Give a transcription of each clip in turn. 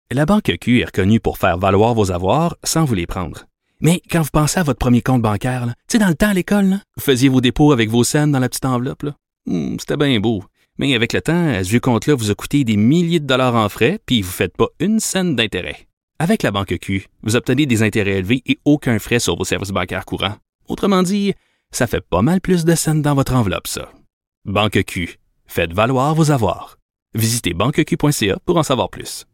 La Banque Q est reconnue pour faire valoir vos avoirs sans vous les prendre. Mais quand vous pensez à votre premier compte bancaire, tu sais, dans le temps à l'école, là, vous faisiez vos dépôts avec vos scènes dans la petite enveloppe. Là. C'était bien beau. Mais avec le temps, ce vieux compte-là vous a coûté des milliers de dollars en frais, puis vous ne faites pas une scène d'intérêt. Avec la Banque Q, vous obtenez des intérêts élevés et aucun frais sur vos services bancaires courants. Autrement dit, ça fait pas mal plus de scènes dans votre enveloppe, ça. Banque Q. Faites valoir vos avoirs. Visitez banqueq.ca pour en savoir plus.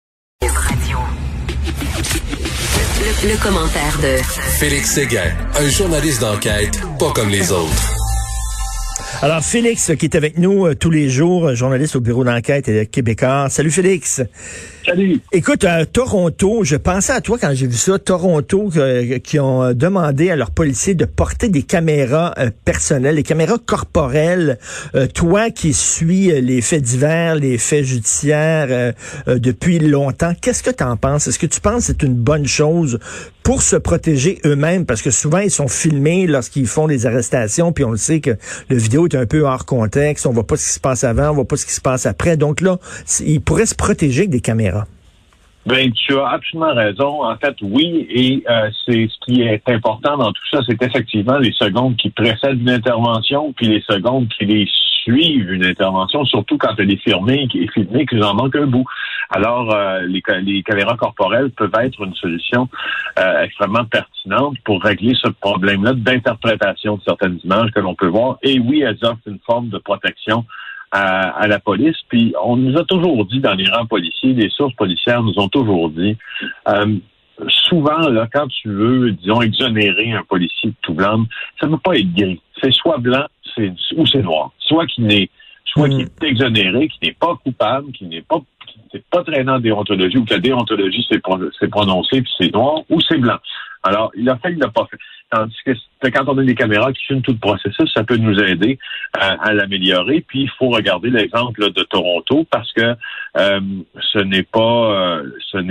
Le commentaire de Félix Séguin, un journaliste d'enquête pas comme les autres. Alors, Félix, qui est avec nous tous les jours, journaliste au bureau d'enquête québécois. Salut, Félix. Salut. Écoute, à Toronto, je pensais à toi quand j'ai vu ça, Toronto, qui ont demandé à leurs policiers de porter des caméras personnelles, des caméras corporelles. Toi qui suis les faits divers, les faits judiciaires depuis longtemps, qu'est-ce que tu en penses? Est-ce que tu penses que c'est une bonne chose pour se protéger eux-mêmes? Parce que souvent, ils sont filmés lorsqu'ils font des arrestations, puis on le sait que le vidéo est un peu hors contexte, on voit pas ce qui se passe avant, on voit pas ce qui se passe après. Donc là, ils pourraient se protéger avec des caméras. Ben, tu as absolument raison. En fait, oui, et c'est ce qui est important dans tout ça, c'est effectivement les secondes qui précèdent une intervention, puis les secondes qui les suivent une intervention, surtout quand elle est filmée, qu'il en manque un bout. Alors, les caméras corporelles peuvent être une solution extrêmement pertinente pour régler ce problème-là d'interprétation de certaines images que l'on peut voir. Et oui, elles offrent une forme de protection à la police. Puis on nous a toujours dit dans les rangs policiers, les sources policières nous ont toujours dit, souvent, là, quand tu veux, disons, exonérer un policier de tout blanc, ça ne peut pas être gris. C'est soit blanc ou c'est noir. Soit qui est exonéré, qui n'est pas coupable, qui n'est pas traînant en déontologie, ou que la déontologie s'est prononcée, puis c'est noir, ou c'est blanc. Alors, il a fait, il l'a pas fait. Tandis que quand on a des caméras qui filment tout le processus, ça peut nous aider à l'améliorer. Puis, il faut regarder l'exemple de Toronto parce que ce n'est pas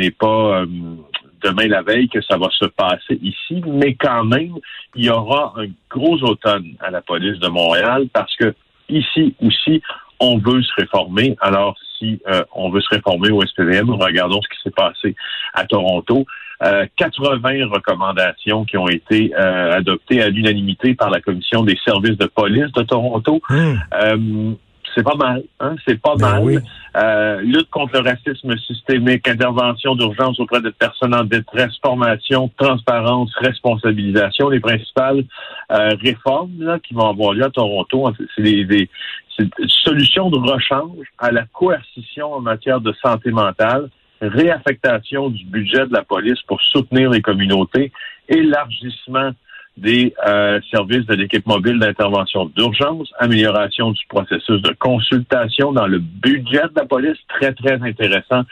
demain la veille que ça va se passer ici, mais quand même, il y aura un gros automne à la police de Montréal parce que ici aussi, on veut se réformer. Alors, si on veut se réformer au SPVM, regardons ce qui s'est passé à Toronto. 80 recommandations qui ont été adoptées à l'unanimité par la Commission des services de police de Toronto. C'est pas mal, hein? C'est pas mal. Oui. Lutte contre le racisme systémique, intervention d'urgence auprès de personnes en détresse, formation, transparence, responsabilisation. Les principales réformes là, qui vont avoir lieu à Toronto, c'est des solutions de rechange à la coercition en matière de santé mentale, réaffectation du budget de la police pour soutenir les communautés, élargissement des services de l'équipe mobile d'intervention d'urgence, amélioration du processus de consultation dans le budget de la police, très, très intéressant,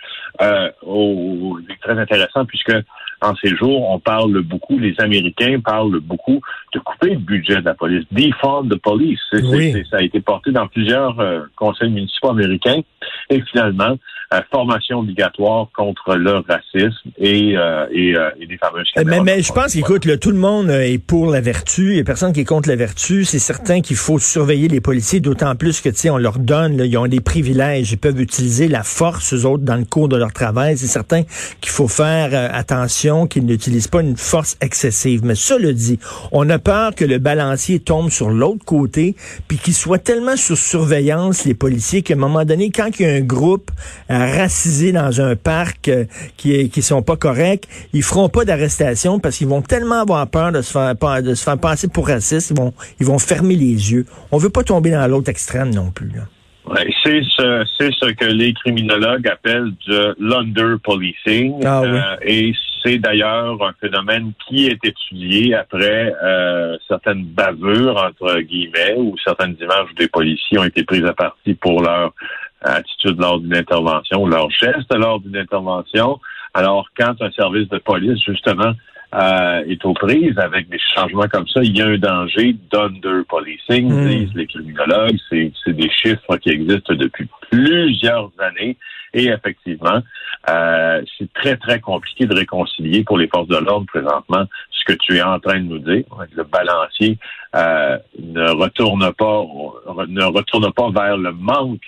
très intéressant puisque en ces jours, on parle beaucoup, les Américains parlent beaucoup de couper le budget de la police, defund the police. Ça a été porté dans plusieurs conseils municipaux américains et finalement, formation obligatoire contre le racisme et des fameuses caméras. Mais je pense qu'écoute, tout le monde est pour la vertu. Il y a personne qui est contre la vertu. C'est certain qu'il faut surveiller les policiers, d'autant plus que, tu sais, on leur donne, là, ils ont des privilèges. Ils peuvent utiliser la force, eux autres, dans le cours de leur travail. C'est certain qu'il faut faire attention qu'ils n'utilisent pas une force excessive. Mais cela dit, on a peur que le balancier tombe sur l'autre côté, puis qu'ils soient tellement sous surveillance, les policiers, qu'à un moment donné, quand il y a un groupe racisés dans un parc qui sont pas corrects, ils feront pas d'arrestation parce qu'ils vont tellement avoir peur de se faire passer pour racistes, ils vont fermer les yeux. On veut pas tomber dans l'autre extrême non plus. Là. Ouais, c'est ce que les criminologues appellent de l'under-policing. Ah, oui. Et c'est d'ailleurs un phénomène qui est étudié après certaines bavures, entre guillemets, où certaines images des policiers ont été prises à partie pour leur attitude lors d'une intervention, leur geste lors d'une intervention. Alors, quand un service de police, justement, est aux prises avec des changements comme ça, il y a un danger d'under-policing, disent les criminologues. C'est des chiffres qui existent depuis plusieurs années. Et effectivement, c'est très, très compliqué de réconcilier pour les forces de l'ordre présentement ce que tu es en train de nous dire. Le balancier ne retourne pas vers le manque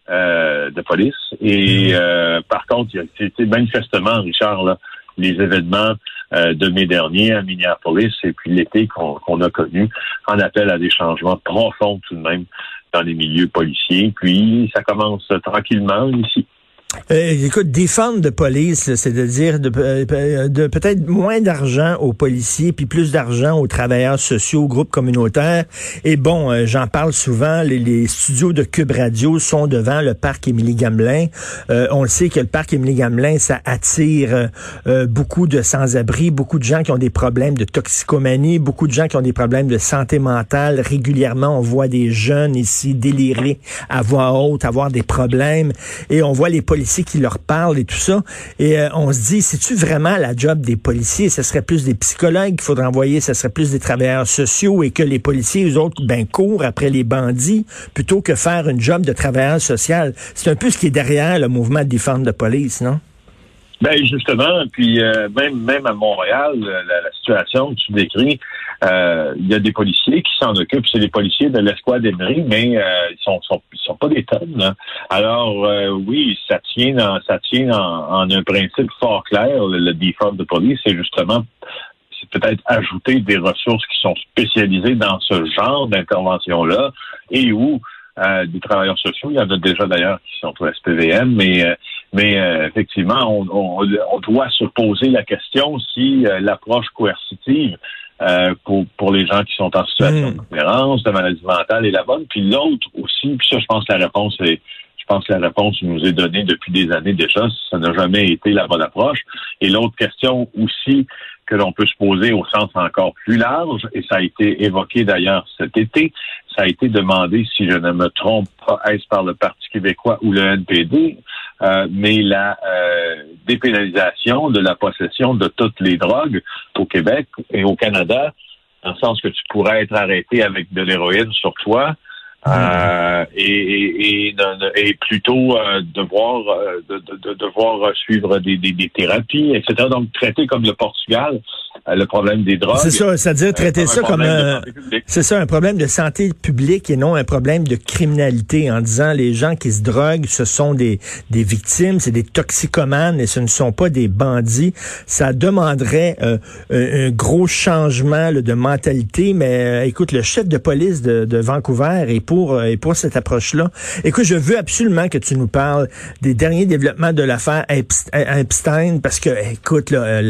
de police. Et par contre, c'était manifestement, Richard, là, les événements de mai dernier à Minneapolis et puis l'été qu'on a connu en appel à des changements profonds tout de même dans les milieux policiers. Puis ça commence tranquillement ici. Écoute, des formes de police, c'est-à-dire de peut-être moins d'argent aux policiers puis plus d'argent aux travailleurs sociaux, aux groupes communautaires. Et bon, j'en parle souvent, les studios de Cube Radio sont devant le parc Émilie-Gamelin. On le sait que le parc Émilie-Gamelin, ça attire beaucoup de sans-abri, beaucoup de gens qui ont des problèmes de toxicomanie, beaucoup de gens qui ont des problèmes de santé mentale. Régulièrement, on voit des jeunes ici délirer à voix haute, avoir des problèmes. Et on voit les policiers qui leur parlent et tout ça. Et on se dit, c'est-tu vraiment la job des policiers? Ce serait plus des psychologues qu'il faudrait envoyer, ce serait plus des travailleurs sociaux et que les policiers, eux autres, courent après les bandits plutôt que faire une job de travailleur social. C'est un peu ce qui est derrière le mouvement de défense de police, non? Ben justement, puis même à Montréal, la situation que tu décris, il y a des policiers qui s'en occupent. C'est les policiers de l'escouade Emery, mais ils sont pas des tonnes. Hein. Alors oui, ça tient en un principe fort clair. Le defund de police, c'est justement peut-être ajouter des ressources qui sont spécialisées dans ce genre d'intervention-là et où des travailleurs sociaux, il y en a déjà d'ailleurs qui sont au SPVM, mais effectivement, on doit se poser la question si l'approche coercitive pour les gens qui sont en situation de différence, de maladie mentale est la bonne. Puis l'autre aussi, puis ça, je pense que la réponse nous est donnée depuis des années déjà, ça n'a jamais été la bonne approche. Et l'autre question aussi que l'on peut se poser au sens encore plus large, et ça a été évoqué d'ailleurs cet été, ça a été demandé, si je ne me trompe pas, est-ce par le Parti québécois ou le NPD, mais la dépénalisation de la possession de toutes les drogues au Québec et au Canada, dans le sens que tu pourrais être arrêté avec de l'héroïne sur toi, et plutôt devoir suivre des thérapies, etc. Donc traiter comme le Portugal le problème des drogues. C'est ça, c'est-à-dire traiter ça comme un problème de santé publique et non un problème de criminalité, en disant les gens qui se droguent, ce sont des victimes, c'est des toxicomanes et ce ne sont pas des bandits. Ça demanderait un gros changement de mentalité, mais écoute, le chef de police de Vancouver est pour cette approche-là. Écoute, je veux absolument que tu nous parles des derniers développements de l'affaire Epstein, parce que, écoute, là,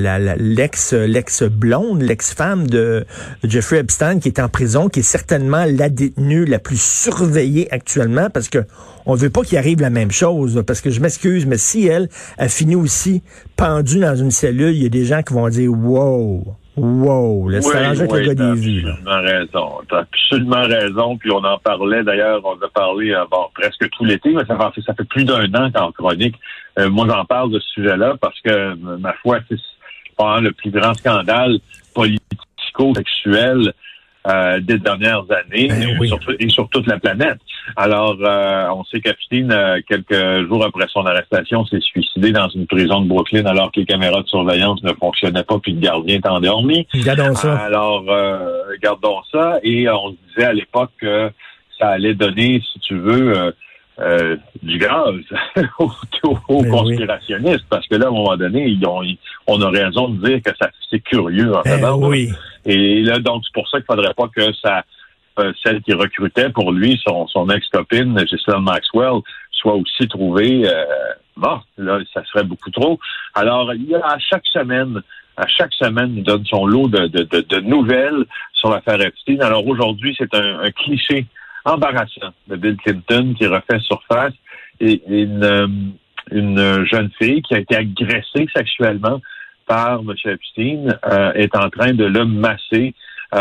l'ex-blonde, l'ex-femme de Jeffrey Epstein, qui est en prison, qui est certainement la détenue la plus surveillée actuellement, parce que on veut pas qu'il arrive la même chose, parce que je m'excuse, mais si elle a fini aussi pendue dans une cellule, il y a des gens qui vont dire « Wow, là, c'est arrangé avec le gars des vues. T'as absolument raison. Puis on en parlait, d'ailleurs, on a parlé presque tout l'été, mais ça fait plus d'un an qu'en chronique. Moi, j'en parle de ce sujet-là parce que, ma foi, c'est pas le plus grand scandale politico-sexuel des dernières années et sur toute la planète. Alors, on sait qu'Epstein, quelques jours après son arrestation, s'est suicidé dans une prison de Brooklyn alors que les caméras de surveillance ne fonctionnaient pas puis le gardien était endormi. Gardons ça. Alors, gardons ça. Et on se disait à l'époque que ça allait donner, si tu veux, du gaz aux conspirationnistes, parce que là, à un moment donné, on a raison de dire que c'est curieux. En fait, oui. Et là, donc, c'est pour ça qu'il faudrait pas que celle qui recrutait pour lui, son ex-copine, Ghislaine Maxwell, soit aussi trouvée morte. Là, ça serait beaucoup trop. Alors, il y a à chaque semaine, il donne son lot de nouvelles sur l'affaire Epstein. Alors aujourd'hui, c'est un cliché embarrassant de Bill Clinton qui refait surface, et une jeune fille qui a été agressée sexuellement par M. Epstein est en train de le masser.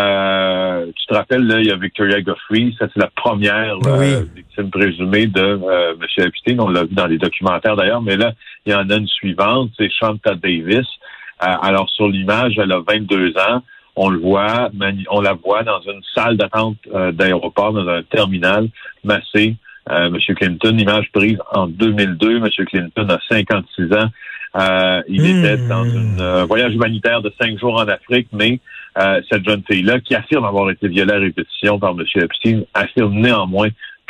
Tu te rappelles, là, il y a Victoria Giuffre, ça c'est la première victime présumée de M. Epstein. On l'a vu dans les documentaires d'ailleurs, mais là, il y en a une suivante, c'est Shanta Davis. Alors sur l'image, elle a 22 ans. On la voit dans une salle d'attente d'aéroport, dans un terminal, masser M. Clinton. Image prise en 2002. M. Clinton a 56 ans. Il était dans un voyage humanitaire de 5 jours en Afrique, mais cette jeune fille-là, qui affirme avoir été violée à répétition par M. Epstein, affirme néanmoins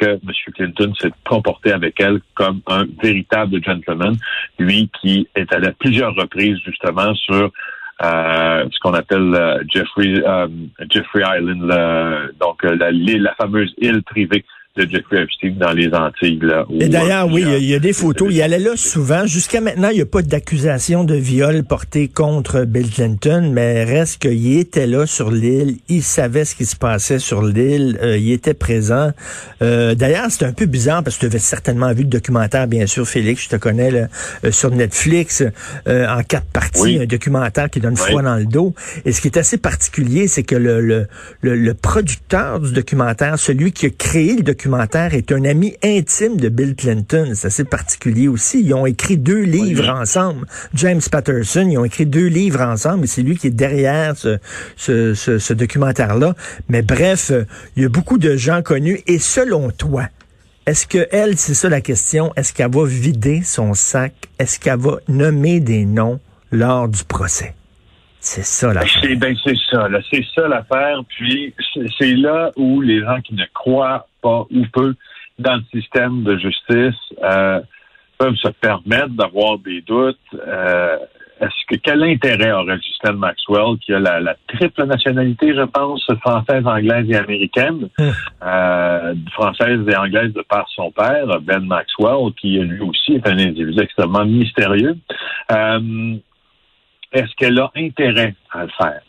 que M. Clinton s'est comporté avec elle comme un véritable gentleman, lui qui est allé à plusieurs reprises justement sur ce qu'on appelle Jeffrey Island, donc la fameuse île privée de Jeffrey Epstein dans les Antilles. Là, et d'ailleurs, oui, il y a des photos. Il allait là souvent. Jusqu'à maintenant, il n'y a pas d'accusation de viol portée contre Bill Clinton, mais reste qu'il était là sur l'île. Il savait ce qui se passait sur l'île. Il était présent. D'ailleurs, c'est un peu bizarre parce que tu avais certainement vu le documentaire, bien sûr, Félix, je te connais, là, sur Netflix, en 4 parties, oui. Un documentaire qui donne froid dans le dos. Et ce qui est assez particulier, c'est que le producteur du documentaire, celui qui a créé le documentaire, est un ami intime de Bill Clinton. C'est assez particulier aussi. Ils ont écrit 2 livres ensemble. James Patterson, ils ont écrit 2 livres ensemble et c'est lui qui est derrière ce documentaire-là. Mais bref, il y a beaucoup de gens connus. Et selon toi, est-ce que elle, c'est ça la question, est-ce qu'elle va vider son sac? Est-ce qu'elle va nommer des noms lors du procès? C'est ça l'affaire. C'est ça l'affaire. Puis c'est là où les gens qui ne croient pas ou peu dans le système de justice peuvent se permettre d'avoir des doutes. Quel intérêt aurait Ghislaine Maxwell, qui a la triple nationalité, je pense, française, anglaise et américaine, française et anglaise de par son père, Ben Maxwell, qui lui aussi est un individu extrêmement mystérieux. Est-ce qu'elle a intérêt à le faire?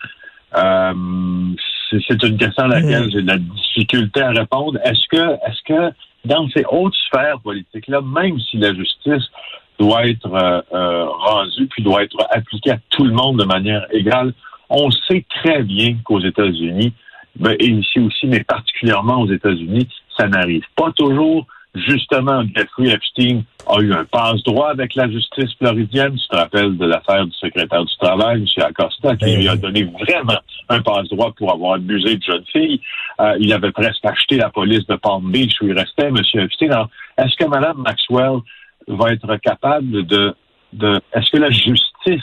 C'est une question à laquelle j'ai de la difficulté à répondre. Est-ce que dans ces hautes sphères politiques-là, même si la justice doit être rendue puis doit être appliquée à tout le monde de manière égale, on sait très bien qu'aux États-Unis, et ici aussi, mais particulièrement aux États-Unis, ça n'arrive pas toujours. Justement, Jeffrey Epstein a eu un passe-droit avec la justice floridienne. Tu te rappelles de l'affaire du secrétaire du Travail, M. Acosta, qui lui a donné vraiment un passe-droit pour avoir abusé de jeunes filles. Il avait presque acheté la police de Palm Beach où il restait, M. Epstein. Alors, est-ce que Mme Maxwell va être capable est-ce que la justice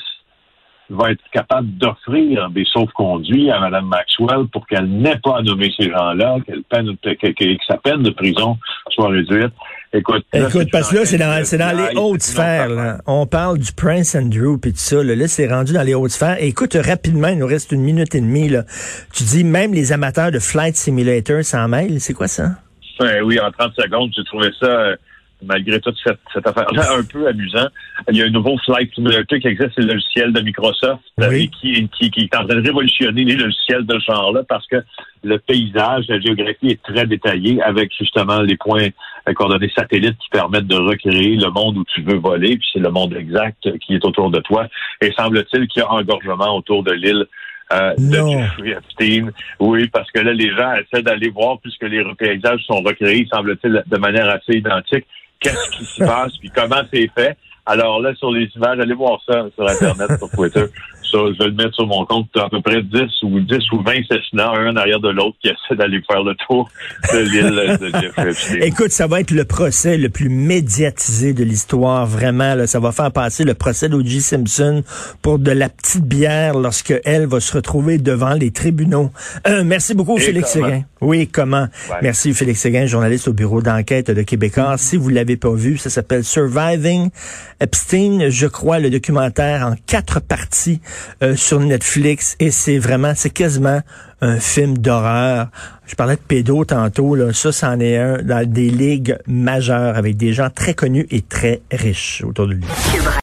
va être capable d'offrir des sauf-conduits à Mme Maxwell pour qu'elle n'ait pas à nommer ces gens-là, que sa peine de prison soit réduite? Écoute, parce que là, c'est dans les hautes sphères. Là. On parle du Prince Andrew puis tout ça. Là, c'est rendu dans les hautes sphères. Et écoute, rapidement, il nous reste 1 minute et demie. Là. Tu dis même les amateurs de Flight Simulator s'en mêlent. C'est quoi ça? Oui, en 30 secondes, j'ai trouvé ça... malgré toute cette affaire-là, un peu amusant. Il y a un nouveau Flight Simulator qui existe, c'est le logiciel de Microsoft, qui est en train de révolutionner les logiciels de ce genre-là parce que le paysage, la géographie est très détaillée avec justement les points coordonnées satellites qui permettent de recréer le monde où tu veux voler, puis c'est le monde exact qui est autour de toi. Et semble-t-il qu'il y a engorgement autour de l'île de Jeffrey Epstein. Oui, parce que là, les gens essaient d'aller voir puisque les paysages sont recréés, semble-t-il, de manière assez identique. Qu'est-ce qui se passe, puis comment c'est fait. Alors là, sur les images, allez voir ça sur Internet, sur Twitter. Ça, je vais le mettre sur mon compte. À peu près 10 ou 20 assassinats, un derrière de l'autre, qui essaient d'aller faire le tour de l'île de Jeffrey Epstein. Écoute, ça va être le procès le plus médiatisé de l'histoire, vraiment. Là, ça va faire passer le procès d'O.J. Simpson pour de la petite bière lorsque elle va se retrouver devant les tribunaux. Merci beaucoup, Félix Séguin. Oui, comment? Ouais. Merci, Félix Séguin, journaliste au bureau d'enquête de Québécois. Si vous l'avez pas vu, ça s'appelle Surviving Epstein, je crois, le documentaire en 4 parties sur Netflix. Et c'est quasiment un film d'horreur. Je parlais de pédo tantôt, là. Ça, c'en est un dans des ligues majeures avec des gens très connus et très riches autour de lui.